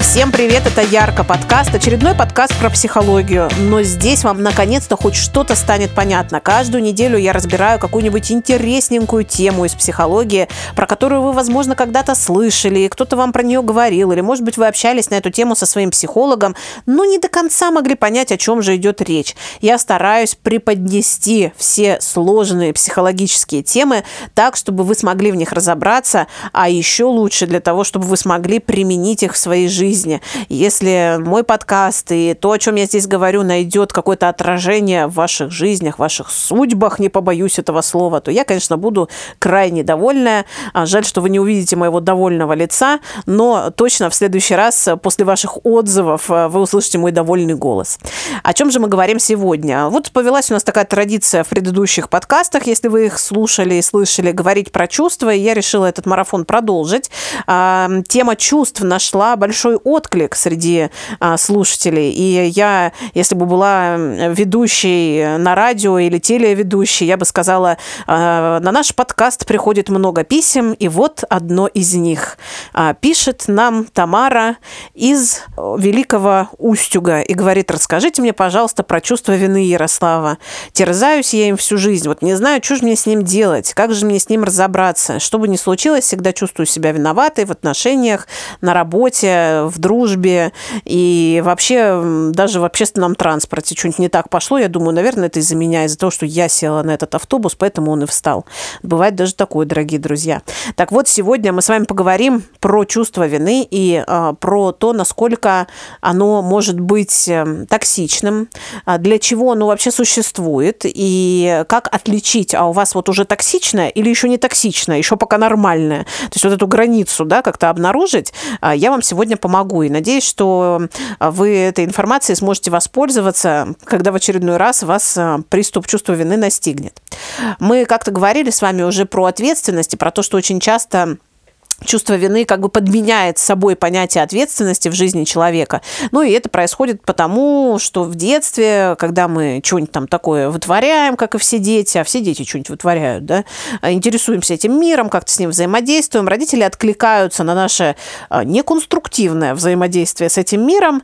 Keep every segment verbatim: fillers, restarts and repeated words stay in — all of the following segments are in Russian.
Всем привет, это Ярко подкаст, очередной подкаст про психологию, но здесь вам наконец-то хоть что-то станет понятно. Каждую неделю я разбираю какую-нибудь интересненькую тему из психологии, про которую вы, возможно, когда-то слышали, кто-то вам про нее говорил, или, может быть, вы общались на эту тему со своим психологом, но не до конца могли понять, о чем же идет речь. Я стараюсь преподнести все сложные психологические темы так, чтобы вы смогли в них разобраться, а еще лучше для того, чтобы вы смогли применить их в своей жизни. Если мой подкаст и то, о чем я здесь говорю, найдет какое-то отражение в ваших жизнях, в ваших судьбах, не побоюсь этого слова, то я, конечно, буду крайне довольная. Жаль, что вы не увидите моего довольного лица, но точно в следующий раз после ваших отзывов вы услышите мой довольный голос. О чем же мы говорим сегодня? Вот повелась у нас такая традиция в предыдущих подкастах, если вы их слушали и слышали, говорить про чувства, и я решила этот марафон продолжить. Тема чувств нашла большой отклик среди а, слушателей. И я, если бы была ведущей на радио или телеведущей, я бы сказала, а, на наш подкаст приходит много писем, и вот одно из них. А, пишет нам Тамара из Великого Устюга и говорит: расскажите мне, пожалуйста, про чувство вины Ярослава. Терзаюсь я им всю жизнь. Вот не знаю, что же мне с ним делать, как же мне с ним разобраться. Что бы ни случилось, всегда чувствую себя виноватой в отношениях, на работе, в дружбе и вообще даже в общественном транспорте. Что-нибудь не так пошло, я думаю, наверное, это из-за меня, из-за того, что я села на этот автобус, поэтому он и встал. Бывает даже такое, дорогие друзья. Так вот, сегодня мы с вами поговорим про чувство вины и а, про то, насколько оно может быть токсичным, а, для чего оно вообще существует и как отличить, а у вас вот уже токсичное или еще не токсичное, еще пока нормальное. То есть вот эту границу, да, как-то обнаружить, а, я вам сегодня помогу. И надеюсь, что вы этой информацией сможете воспользоваться, когда в очередной раз вас приступ чувства вины настигнет. Мы как-то говорили с вами уже про ответственность и про то, что очень часто чувство вины как бы подменяет собой понятие ответственности в жизни человека. Ну, и это происходит потому, что в детстве, когда мы что-нибудь там такое вытворяем, как и все дети, а все дети что-нибудь вытворяют, да, интересуемся этим миром, как-то с ним взаимодействуем, родители откликаются на наше неконструктивное взаимодействие с этим миром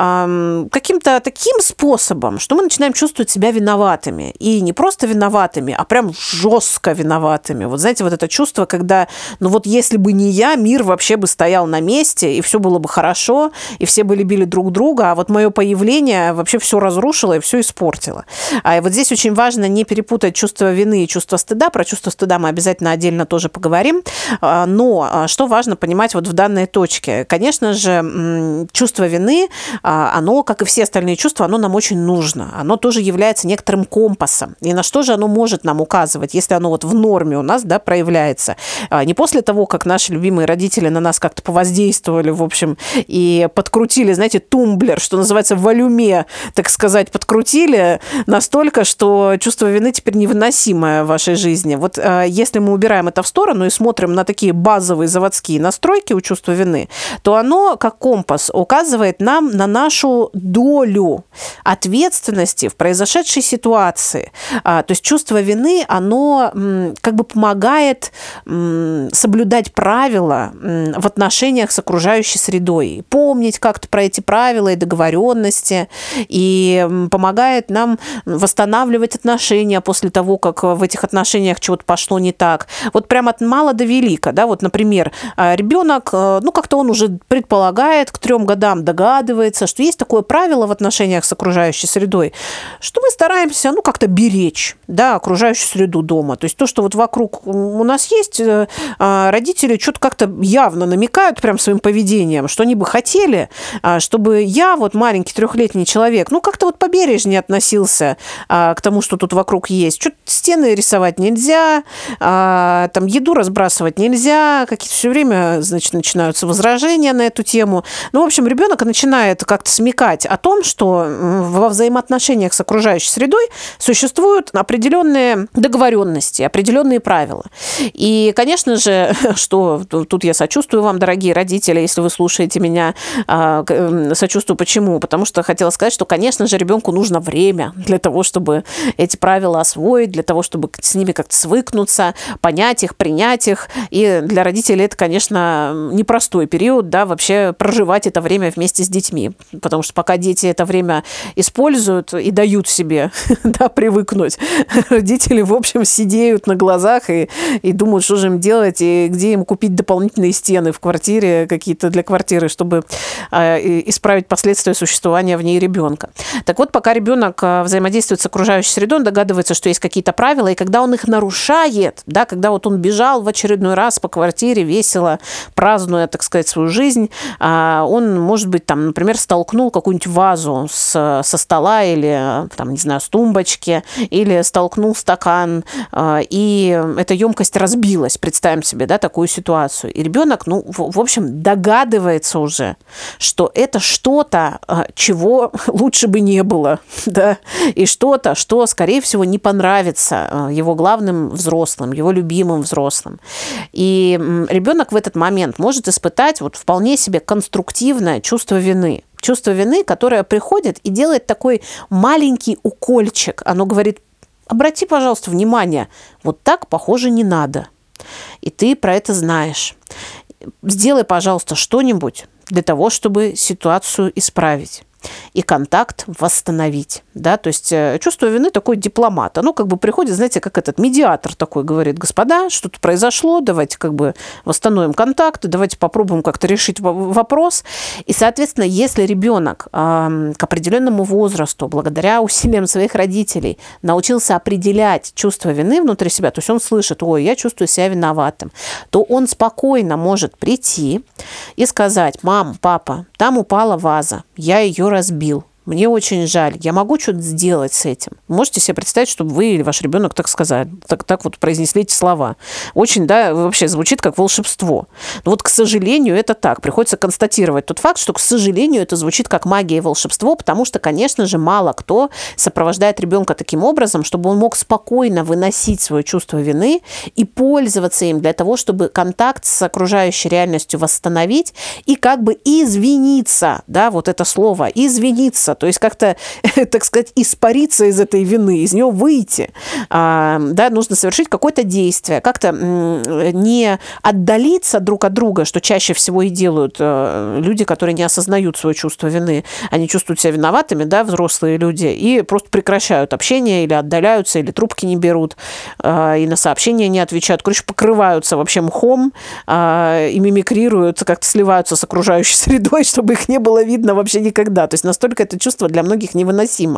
каким-то таким способом, что мы начинаем чувствовать себя виноватыми. И не просто виноватыми, а прям жестко виноватыми. Вот знаете, вот это чувство, когда, ну вот если бы не я, мир вообще бы стоял на месте, и все было бы хорошо, и все бы любили друг друга, а вот мое появление вообще все разрушило и все испортило. А вот здесь очень важно не перепутать чувство вины и чувство стыда. Про чувство стыда мы обязательно отдельно тоже поговорим. Но что важно понимать вот в данной точке? Конечно же, чувство вины, оно, как и все остальные чувства, оно нам очень нужно. Оно тоже является некоторым компасом. И на что же оно может нам указывать, если оно вот в норме у нас, да, проявляется? Не после того, как наши любимые родители на нас как-то повоздействовали, в общем, и подкрутили, знаете, тумблер, что называется, в волюме, так сказать, подкрутили настолько, что чувство вины теперь невыносимое в вашей жизни. Вот если мы убираем это в сторону и смотрим на такие базовые заводские настройки у чувства вины, то оно, как компас, указывает нам на нашу долю ответственности в произошедшей ситуации. То есть чувство вины, оно как бы помогает соблюдать правила в отношениях с окружающей средой. Помнить как-то про эти правила и договоренности, и помогает нам восстанавливать отношения после того, как в этих отношениях чего-то пошло не так. Вот прям от мала до велика, да, вот, например, ребенок, ну, как-то он уже предполагает, к трем годам догадывается, что есть такое правило в отношениях с окружающей средой, что мы стараемся, ну, как-то беречь, да, окружающую среду дома. То есть то, что вот вокруг у нас есть, родители что-то как-то явно намекают прям своим поведением, что они бы хотели, чтобы я, вот маленький трехлетний человек, ну, как-то вот побережнее относился к тому, что тут вокруг есть. Что-то стены рисовать нельзя, там еду разбрасывать нельзя, какие-то все время, значит, начинаются возражения на эту тему. Ну, в общем, ребенок начинает как-то смекать о том, что во взаимоотношениях с окружающей средой существуют определенные договоренности, определенные правила. И, конечно же, что что тут я сочувствую вам, дорогие родители, если вы слушаете меня. Сочувствую. Почему? Потому что хотела сказать, что, конечно же, ребенку нужно время для того, чтобы эти правила освоить, для того, чтобы с ними как-то свыкнуться, понять их, принять их. И для родителей это, конечно, непростой период, да, вообще проживать это время вместе с детьми. Потому что пока дети это время используют и дают себе, да, привыкнуть, родители, в общем, сидеют на глазах и, и думают, что же им делать, и где им купить дополнительные стены в квартире, какие-то для квартиры, чтобы э, исправить последствия существования в ней ребенка. Так вот, пока ребенок взаимодействует с окружающей средой, он догадывается, что есть какие-то правила, и когда он их нарушает, да, когда вот он бежал в очередной раз по квартире, весело, празднуя, так сказать, свою жизнь, он, может быть, там, например, столкнул какую-нибудь вазу с, со стола или, там, не знаю, с тумбочки, или столкнул стакан, и эта емкость разбилась. Представим себе, да, такую ситуацию. И ребенок, ну, в, в общем, догадывается уже, что это что-то, чего лучше бы не было, да, и что-то, что, скорее всего, не понравится его главным взрослым, его любимым взрослым. И ребенок в этот момент может испытать вот вполне себе конструктивное чувство вины. Чувство вины, которое приходит и делает такой маленький укольчик. Оно говорит: обрати, пожалуйста, внимание, вот так, похоже, не надо. И ты про это знаешь. Сделай, пожалуйста, что-нибудь для того, чтобы ситуацию исправить и контакт восстановить, да, то есть чувство вины такой дипломат, оно как бы приходит, знаете, как этот медиатор такой, говорит: господа, что-то произошло, давайте как бы восстановим контакт, давайте попробуем как-то решить вопрос. И, соответственно, если ребенок э, к определенному возрасту, благодаря усилиям своих родителей, научился определять чувство вины внутри себя, то есть он слышит: ой, я чувствую себя виноватым, то он спокойно может прийти и сказать: мам, папа, там упала ваза, я ее разбил. Мне очень жаль. Я могу что-то сделать с этим? Можете себе представить, чтобы вы или ваш ребенок так сказали, так, так вот произнесли эти слова? Очень, да, вообще звучит как волшебство. Но вот, к сожалению, это так. Приходится констатировать тот факт, что, к сожалению, это звучит как магия и волшебство, потому что, конечно же, мало кто сопровождает ребенка таким образом, чтобы он мог спокойно выносить свое чувство вины и пользоваться им для того, чтобы контакт с окружающей реальностью восстановить и как бы извиниться, да, вот это слово, извиниться, то есть как-то, так сказать, испариться из этой вины, из нее выйти. А, да, нужно совершить какое-то действие, как-то не отдалиться друг от друга, что чаще всего и делают люди, которые не осознают свое чувство вины. Они чувствуют себя виноватыми, да, взрослые люди, и просто прекращают общение или отдаляются, или трубки не берут, и на сообщения не отвечают. Короче, покрываются вообще мхом и мимикрируют, как-то сливаются с окружающей средой, чтобы их не было видно вообще никогда. То есть настолько это чувство для многих невыносимо.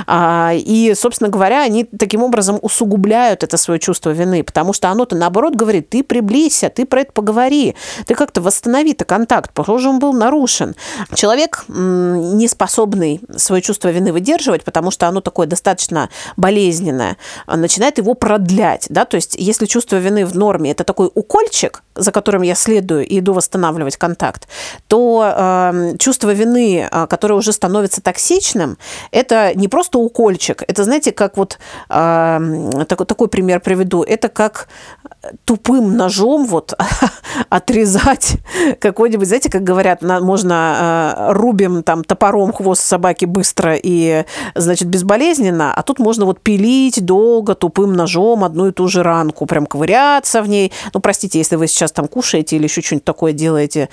И, собственно говоря, они таким образом усугубляют это свое чувство вины, потому что оно-то, наоборот, говорит: ты приблизься, ты про это поговори, ты как-то восстанови-то контакт, похоже, он был нарушен. Человек, не способный свое чувство вины выдерживать, потому что оно такое достаточно болезненное, начинает его продлять. Да? То есть, если чувство вины в норме – это такой укольчик, за которым я следую и иду восстанавливать контакт, то э, чувство вины, которое уже становится токсичным, это не просто укольчик, это, знаете, как вот э, такой, такой пример приведу, это как тупым ножом вот отрезать какой-нибудь, знаете, как говорят, можно э, рубим там топором хвост собаки быстро и, значит, безболезненно, а тут можно вот пилить долго тупым ножом одну и ту же ранку, прям ковыряться в ней. Ну, простите, если вы сейчас там кушаете или еще что-нибудь такое делаете,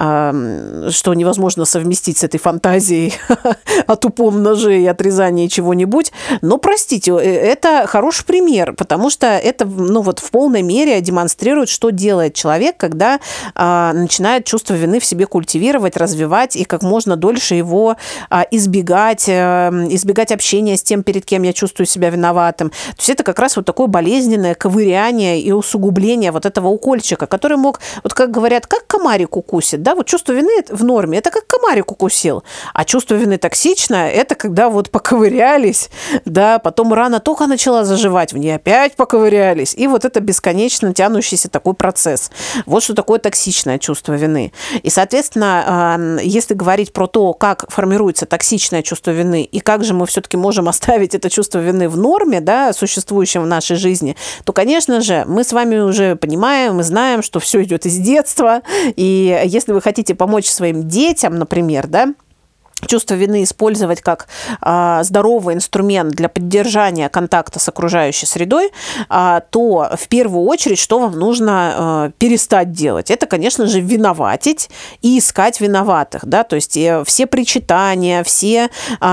э, что невозможно совместить с этой фантазией о тупом ноже и отрезании чего-нибудь, но, простите, это хороший пример, потому что это, ну, вот в полной мере демонстрирует, что делает человек, когда а, начинает чувство вины в себе культивировать, развивать и как можно дольше его а, избегать, а, избегать общения с тем, перед кем я чувствую себя виноватым. То есть это как раз вот такое болезненное ковыряние и усугубление вот этого укольчика, который мог, вот как говорят, как комарик укусит, да, вот чувство вины в норме, это как комарик укусил, а чувство вины токсичное, это когда вот поковырялись, да, потом рана только начала заживать, в ней опять поковырялись, и вот это бесконечно тянущийся такой процесс. Вот Вот что такое токсичное чувство вины. И, соответственно, если говорить про то, как формируется токсичное чувство вины и как же мы все-таки можем оставить это чувство вины в норме, да, существующем в нашей жизни, то, конечно же, мы с вами уже понимаем, мы знаем, что все идет из детства. И если вы хотите помочь своим детям, например, да, чувство вины использовать как а, здоровый инструмент для поддержания контакта с окружающей средой, а, то в первую очередь, что вам нужно а, перестать делать? Это, конечно же, виноватить и искать виноватых. Да? То есть все причитания, все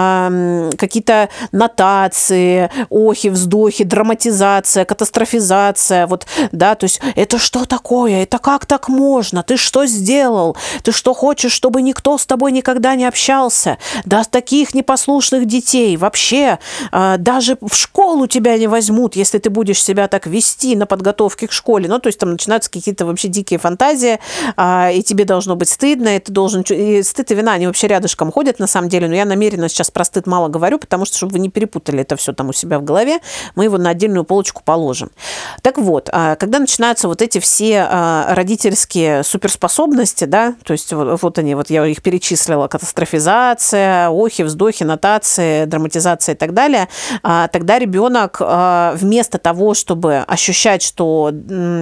а, какие-то нотации, охи, вздохи, драматизация, катастрофизация. Вот, да? То есть это что такое? Это как так можно? Ты что сделал? Ты что хочешь, чтобы никто с тобой никогда не общался? Да, таких непослушных детей вообще э, даже в школу тебя не возьмут, если ты будешь себя так вести на подготовке к школе. Ну, то есть там начинаются какие-то вообще дикие фантазии, э, и тебе должно быть стыдно, и ты должен... И стыд и вина, они вообще рядышком ходят на самом деле, но я намеренно сейчас про стыд мало говорю, потому что, чтобы вы не перепутали это все там у себя в голове, мы его на отдельную полочку положим. Так вот, э, когда начинаются вот эти все э, родительские суперспособности, да, то есть вот, вот они, вот я их перечислила, катастрофизация, охи, вздохи, нотации, драматизация и так далее, тогда ребенок вместо того, чтобы ощущать, что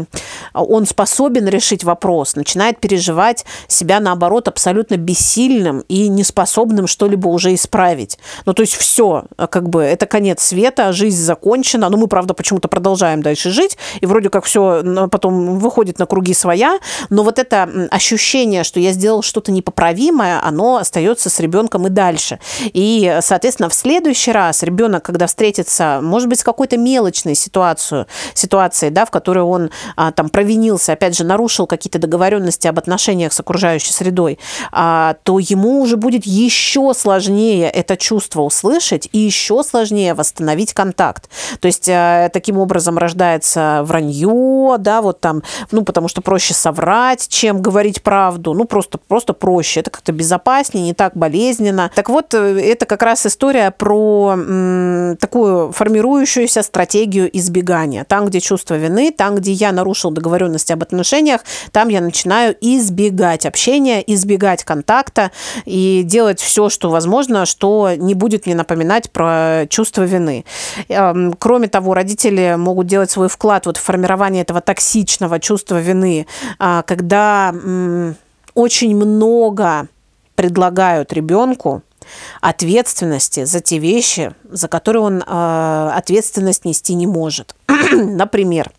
он способен решить вопрос, начинает переживать себя, наоборот, абсолютно бессильным и неспособным что-либо уже исправить. Ну, то есть все, как бы, это конец света, жизнь закончена, но мы, правда, почему-то продолжаем дальше жить, и вроде как все потом выходит на круги своя, но вот это ощущение, что я сделал что-то непоправимое, оно остается с ребенком и дальше. И, соответственно, в следующий раз ребенок, когда встретится, может быть, с какой-то мелочной ситуацией, ситуацией, да, в которой он а, там провинился, опять же, нарушил какие-то договоренности об отношениях с окружающей средой, а, то ему уже будет еще сложнее это чувство услышать и еще сложнее восстановить контакт. То есть а, таким образом рождается вранье, да, вот там, ну, потому что проще соврать, чем говорить правду, ну, просто, просто проще, это как-то безопаснее, не так болезненно. Так вот, это как раз история про м, такую формирующуюся стратегию избегания. Там, где чувство вины, там, где я нарушил договоренности об отношениях, там я начинаю избегать общения, избегать контакта и делать все, что возможно, что не будет мне напоминать про чувство вины. Кроме того, родители могут делать свой вклад вот в формирование этого токсичного чувства вины, когда м, очень много предлагают ребенку ответственности за те вещи, за которые он э, ответственность нести не может. Например,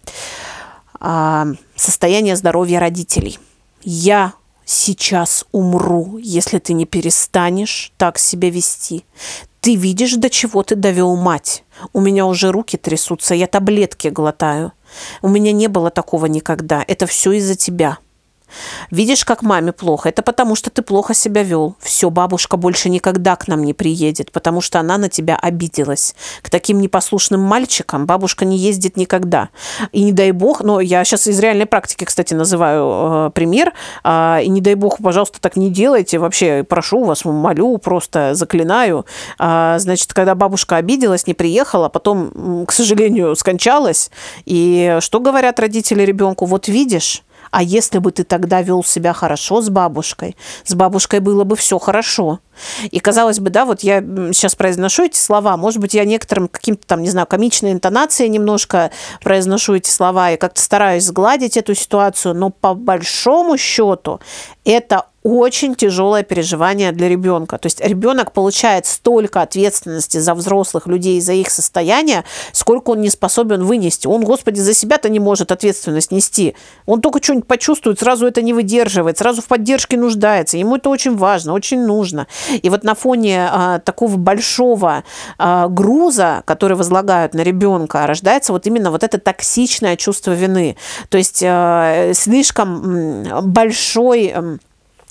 э, состояние здоровья родителей. Я сейчас умру, если ты не перестанешь так себя вести. Ты видишь, до чего ты довел мать. У меня уже руки трясутся, я таблетки глотаю. У меня не было такого никогда. Это все из-за тебя. Видишь, как маме плохо? Это потому, что ты плохо себя вел. Все, бабушка больше никогда к нам не приедет, потому что она на тебя обиделась. К таким непослушным мальчикам бабушка не ездит никогда. И не дай бог, но я сейчас из реальной практики, кстати, называю э, пример, э, и не дай бог, пожалуйста, так не делайте. Вообще, прошу вас, молю, просто заклинаю. Э, значит, когда бабушка обиделась, не приехала, потом, к сожалению, скончалась. И что говорят родители ребенку? Вот видишь, а если бы ты тогда вел себя хорошо с бабушкой, с бабушкой было бы все хорошо. И казалось бы, да, вот я сейчас произношу эти слова, может быть, я некоторым каким-то там, не знаю, комичной интонацией немножко произношу эти слова и как-то стараюсь сгладить эту ситуацию, но по большому счету это очень тяжелое переживание для ребенка. То есть ребенок получает столько ответственности за взрослых людей, за их состояние, сколько он не способен вынести. Он, Господи, за себя-то не может ответственность нести. Он только что-нибудь почувствует, сразу это не выдерживает, сразу в поддержке нуждается. Ему это очень важно, очень нужно. И вот на фоне а, такого большого а, груза, который возлагают на ребенка, рождается вот именно вот это токсичное чувство вины. То есть а, слишком большой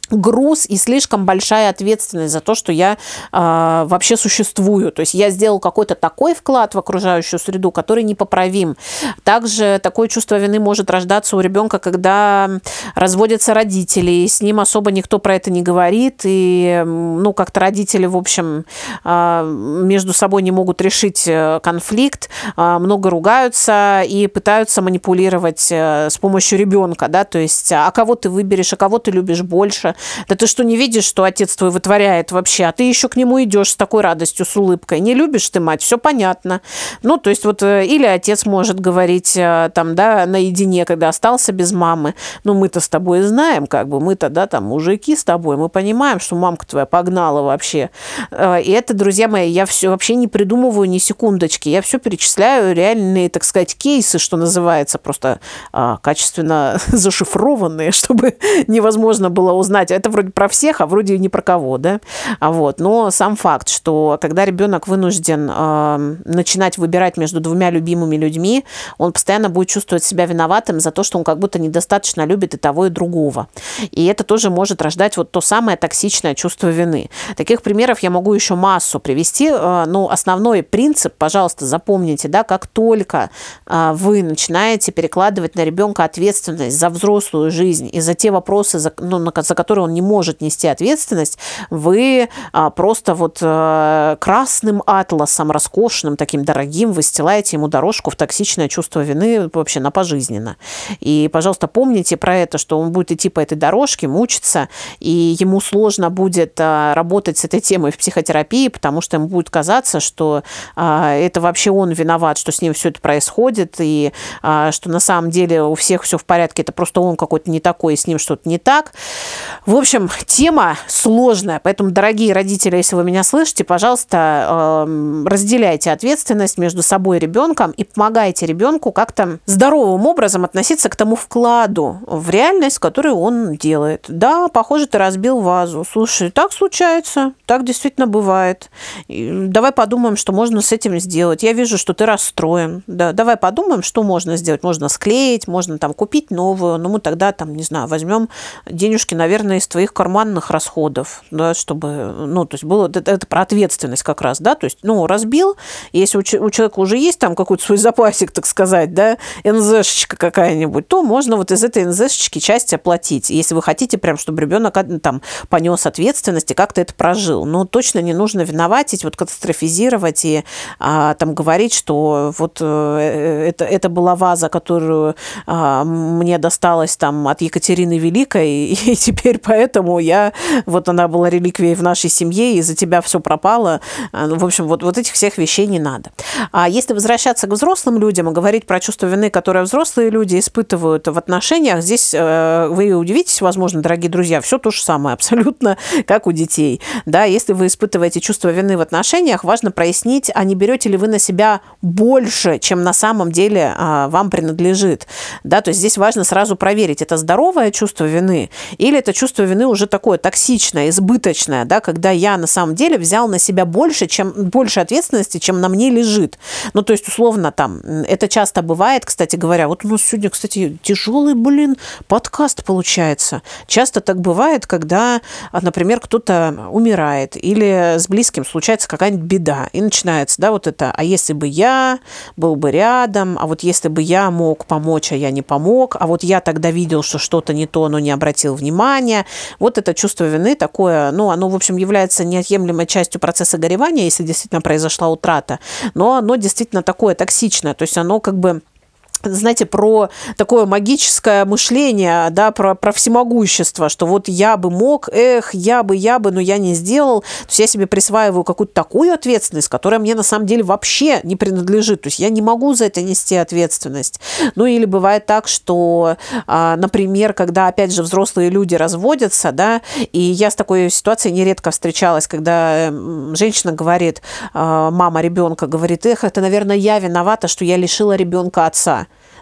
груз и слишком большая ответственность за то, что я э, вообще существую. То есть я сделал какой-то такой вклад в окружающую среду, который непоправим. Также такое чувство вины может рождаться у ребенка, когда разводятся родители, и с ним особо никто про это не говорит, и ну, как-то родители, в общем, э, между собой не могут решить конфликт, э, много ругаются и пытаются манипулировать э, с помощью ребенка, да, то есть а кого ты выберешь, а кого ты любишь больше. Да ты что, не видишь, что отец твой вытворяет вообще? А ты еще к нему идешь с такой радостью, с улыбкой. Не любишь ты мать, все понятно. Ну, то есть вот или отец может говорить там, да, наедине, когда остался без мамы. Ну, мы-то с тобой знаем, как бы, мы-то, да, там, мужики с тобой, мы понимаем, что мамка твоя погнала вообще. И это, друзья мои, я все вообще не придумываю ни секундочки. Я все перечисляю реальные, так сказать, кейсы, что называется, просто а, качественно зашифрованные, чтобы невозможно было узнать. Это вроде про всех, а вроде и не про кого, да? А вот. Но сам факт, что когда ребенок вынужден э, начинать выбирать между двумя любимыми людьми, он постоянно будет чувствовать себя виноватым за то, что он как будто недостаточно любит и того, и другого. И это тоже может рождать вот то самое токсичное чувство вины. Таких примеров я могу еще массу привести. Э, но основной принцип, пожалуйста, запомните, да, как только э, вы начинаете перекладывать на ребенка ответственность за взрослую жизнь и за те вопросы, за, ну, за которые он не может нести ответственность, вы а, просто вот а, красным атласом, роскошным, таким дорогим, выстилаете ему дорожку в токсичное чувство вины вообще на пожизненно. И, пожалуйста, помните про это, что он будет идти по этой дорожке, мучиться, и ему сложно будет а, работать с этой темой в психотерапии, потому что ему будет казаться, что а, это вообще он виноват, что с ним все это происходит, и а, что на самом деле у всех все в порядке, это просто он какой-то не такой, и с ним что-то не так. В общем, тема сложная, поэтому, дорогие родители, если вы меня слышите, пожалуйста, разделяйте ответственность между собой и ребенком и помогайте ребенку как-то здоровым образом относиться к тому вкладу в реальность, которую он делает. Да, похоже, ты разбил вазу. Слушай, так случается, так действительно бывает. Давай подумаем, что можно с этим сделать. Я вижу, что ты расстроен. Да, давай подумаем, что можно сделать. Можно склеить, можно там купить новую, но мы тогда там, не знаю, возьмем денежки, наверное, из твоих карманных расходов, да, чтобы, ну, то есть было, это, это про ответственность как раз, да, то есть, ну, разбил, если у, у человека уже есть там какой-то свой запасик, так сказать, да, эн зэ-шечка какая-нибудь, то можно вот из этой эн зэ-шечки часть оплатить, если вы хотите прям, чтобы ребенок там понес ответственность и как-то это прожил, но точно не нужно виноватить, вот катастрофизировать и а, там говорить, что вот это, это была ваза, которую а, мне досталась там от Екатерины Великой, и теперь поэтому я, вот она была реликвией в нашей семье, и из-за тебя все пропало. В общем, вот, вот этих всех вещей не надо. А если возвращаться к взрослым людям и говорить про чувство вины, которое взрослые люди испытывают в отношениях, здесь вы удивитесь, возможно, дорогие друзья, все то же самое абсолютно, как у детей. Да, если вы испытываете чувство вины в отношениях, важно прояснить, а не берете ли вы на себя больше, чем на самом деле вам принадлежит. Да, то есть здесь важно сразу проверить, это здоровое чувство вины или это чувство вины уже такое токсичное, избыточное, да, когда я на самом деле взял на себя больше, чем, больше ответственности, чем на мне лежит. Ну, то есть, условно, там, это часто бывает, кстати говоря, вот у нас сегодня, кстати, тяжелый, блин, подкаст получается. Часто так бывает, когда, например, кто-то умирает или с близким случается какая-нибудь беда, и начинается, да, вот это, а если бы я был бы рядом, а вот если бы я мог помочь, а я не помог, а вот я тогда видел, что что-то не то, но не обратил внимания. Вот это чувство вины такое, ну, оно, в общем, является неотъемлемой частью процесса горевания, если действительно произошла утрата, но оно действительно такое токсичное, то есть оно как бы, знаете, про такое магическое мышление, да, про, про всемогущество, что вот я бы мог, эх, я бы, я бы, но я не сделал. То есть я себе присваиваю какую-то такую ответственность, которая мне на самом деле вообще не принадлежит. То есть я не могу за это нести ответственность. Ну или бывает так, что, например, когда, опять же, взрослые люди разводятся, да, и я с такой ситуацией нередко встречалась, когда женщина говорит, мама ребенка говорит, эх, это, наверное, я виновата, что я лишила ребенка отца.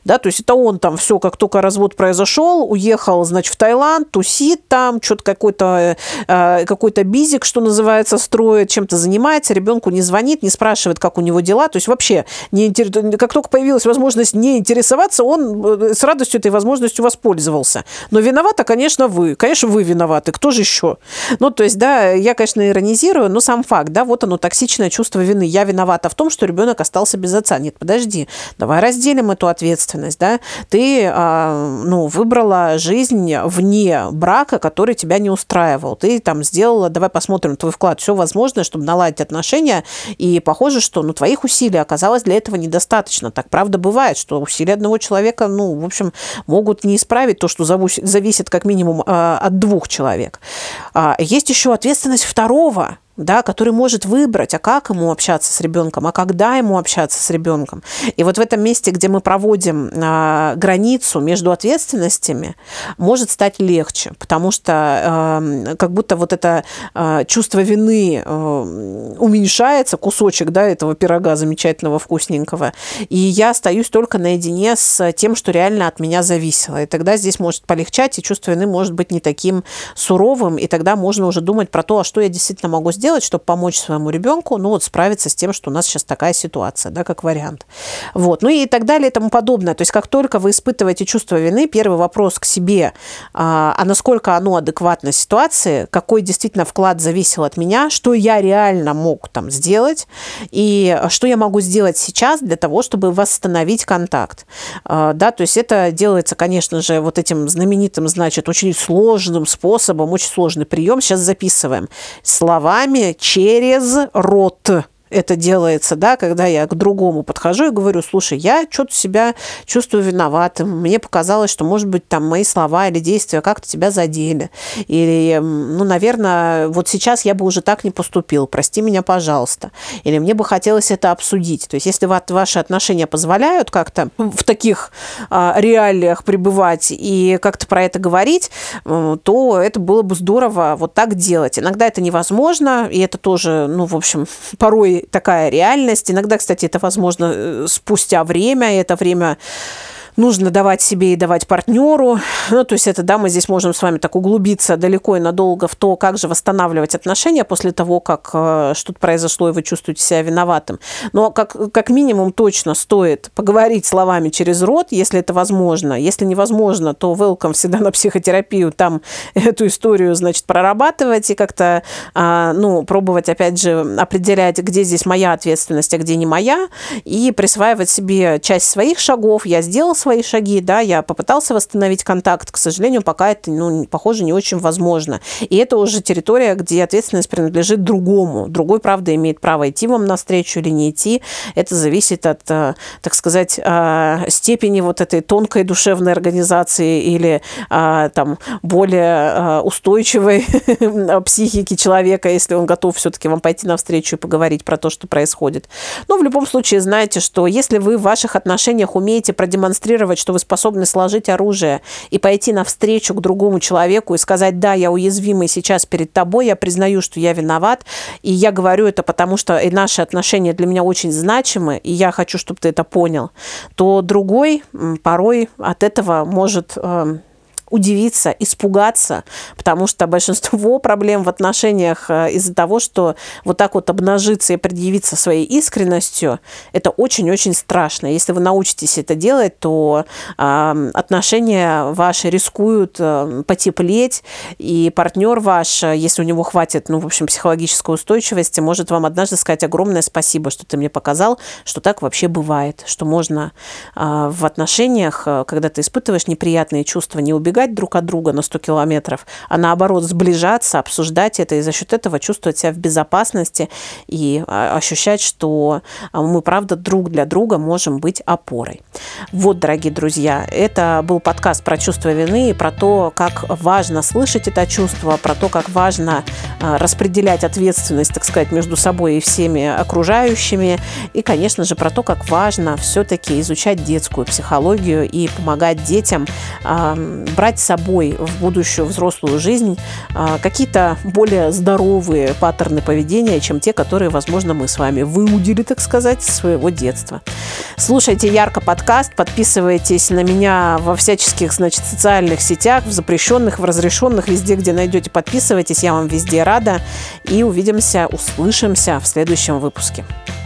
Да, то есть это он там все, как только развод произошел, уехал, значит, в Таиланд, тусит там, что-то какой-то э, какой-то бизик, что называется, строит, чем-то занимается, ребенку не звонит, не спрашивает, как у него дела. То есть вообще, не интерес... как только появилась возможность не интересоваться, он с радостью этой возможностью воспользовался. Но виновата, конечно, вы. Конечно, вы виноваты. Кто же еще? Ну, то есть, да, я, конечно, иронизирую, но сам факт, да, вот оно, токсичное чувство вины. Я виновата в том, что ребенок остался без отца. Нет, подожди, давай разделим эту ответственность, да. Ты, а, ну, выбрала жизнь вне брака, который тебя не устраивал. Ты там сделала, давай посмотрим твой вклад, все возможное, чтобы наладить отношения, и похоже, что, ну, твоих усилий оказалось для этого недостаточно. Так, правда, бывает, что усилия одного человека, ну, в общем, могут не исправить то, что зависит как минимум от двух человек. Есть еще ответственность второго, да, который может выбрать, а как ему общаться с ребенком, а когда ему общаться с ребенком. И вот в этом месте, где мы проводим а, границу между ответственностями, может стать легче, потому что а, как будто вот это а, чувство вины а, уменьшается, кусочек, да, этого пирога замечательного, вкусненького, и я остаюсь только наедине с тем, что реально от меня зависело. И тогда здесь может полегчать, и чувство вины может быть не таким суровым, и тогда можно уже думать про то, а что я действительно могу сделать, делать, чтобы помочь своему ребенку, ну, вот справиться с тем, что у нас сейчас такая ситуация, да, как вариант. Вот. Ну и так далее и тому подобное. То есть как только вы испытываете чувство вины, первый вопрос к себе, а, а насколько оно адекватно ситуации, какой действительно вклад зависел от меня, что я реально мог там сделать, и что я могу сделать сейчас для того, чтобы восстановить контакт. А, да, то есть это делается, конечно же, вот этим знаменитым, значит, очень сложным способом, очень сложный прием. Сейчас записываем. Словами через рот. Это делается, да, когда я к другому подхожу и говорю: слушай, я что-то себя чувствую виноватым, мне показалось, что, может быть, там мои слова или действия как-то тебя задели, или, ну, наверное, вот сейчас я бы уже так не поступил, прости меня, пожалуйста, или мне бы хотелось это обсудить. То есть если ваши отношения позволяют как-то в таких а, реалиях пребывать и как-то про это говорить, то это было бы здорово вот так делать. Иногда это невозможно, и это тоже, ну, в общем, порой такая реальность. Иногда, кстати, это возможно спустя время, и это время нужно давать себе и давать партнеру. Ну, то есть это, да, мы здесь можем с вами так углубиться далеко и надолго в то, как же восстанавливать отношения после того, как э, что-то произошло, и вы чувствуете себя виноватым. Но как, как минимум точно стоит поговорить словами через рот, если это возможно. Если невозможно, то welcome всегда на психотерапию, там эту историю, значит, прорабатывать и как-то, э, ну, пробовать, опять же, определять, где здесь моя ответственность, а где не моя, и присваивать себе часть своих шагов. Я сделал свои шаги, да, я попытался восстановить контакт, к сожалению, пока это, ну, похоже, не очень возможно. И это уже территория, где ответственность принадлежит другому. Другой, правда, имеет право идти вам навстречу или не идти. Это зависит от, так сказать, степени вот этой тонкой душевной организации или там более устойчивой психики человека, если он готов все-таки вам пойти навстречу и поговорить про то, что происходит. Но в любом случае знайте, что если вы в ваших отношениях умеете продемонстрировать, что вы способны сложить оружие и пойти навстречу к другому человеку и сказать: да, я уязвимый сейчас перед тобой, я признаю, что я виноват, и я говорю это потому, что и наши отношения для меня очень значимы, и я хочу, чтобы ты это понял, то другой порой от этого может удивиться, испугаться, потому что большинство проблем в отношениях из-за того, что вот так вот обнажиться и предъявиться своей искренностью, это очень-очень страшно. Если вы научитесь это делать, то э, отношения ваши рискуют э, потеплеть, и партнер ваш, если у него хватит, ну, в общем, психологической устойчивости, может вам однажды сказать огромное спасибо, что ты мне показал, что так вообще бывает, что можно э, в отношениях, когда ты испытываешь неприятные чувства, не убегать друг от друга на сто километров, а наоборот сближаться, обсуждать это и за счет этого чувствовать себя в безопасности и ощущать, что мы, правда, друг для друга можем быть опорой. Вот, дорогие друзья, это был подкаст про чувство вины и про то, как важно слышать это чувство, про то, как важно распределять ответственность, так сказать, между собой и всеми окружающими, и, конечно же, про то, как важно все-таки изучать детскую психологию и помогать детям брать с собой в будущую взрослую жизнь какие-то более здоровые паттерны поведения, чем те, которые, возможно, мы с вами выудили, так сказать, из своего детства. Слушайте Ярко подкаст, подписывайтесь на меня во всяческих, значит, социальных сетях, в запрещенных, в разрешенных, везде, где найдете, подписывайтесь. Я вам везде рада. И увидимся, услышимся в следующем выпуске.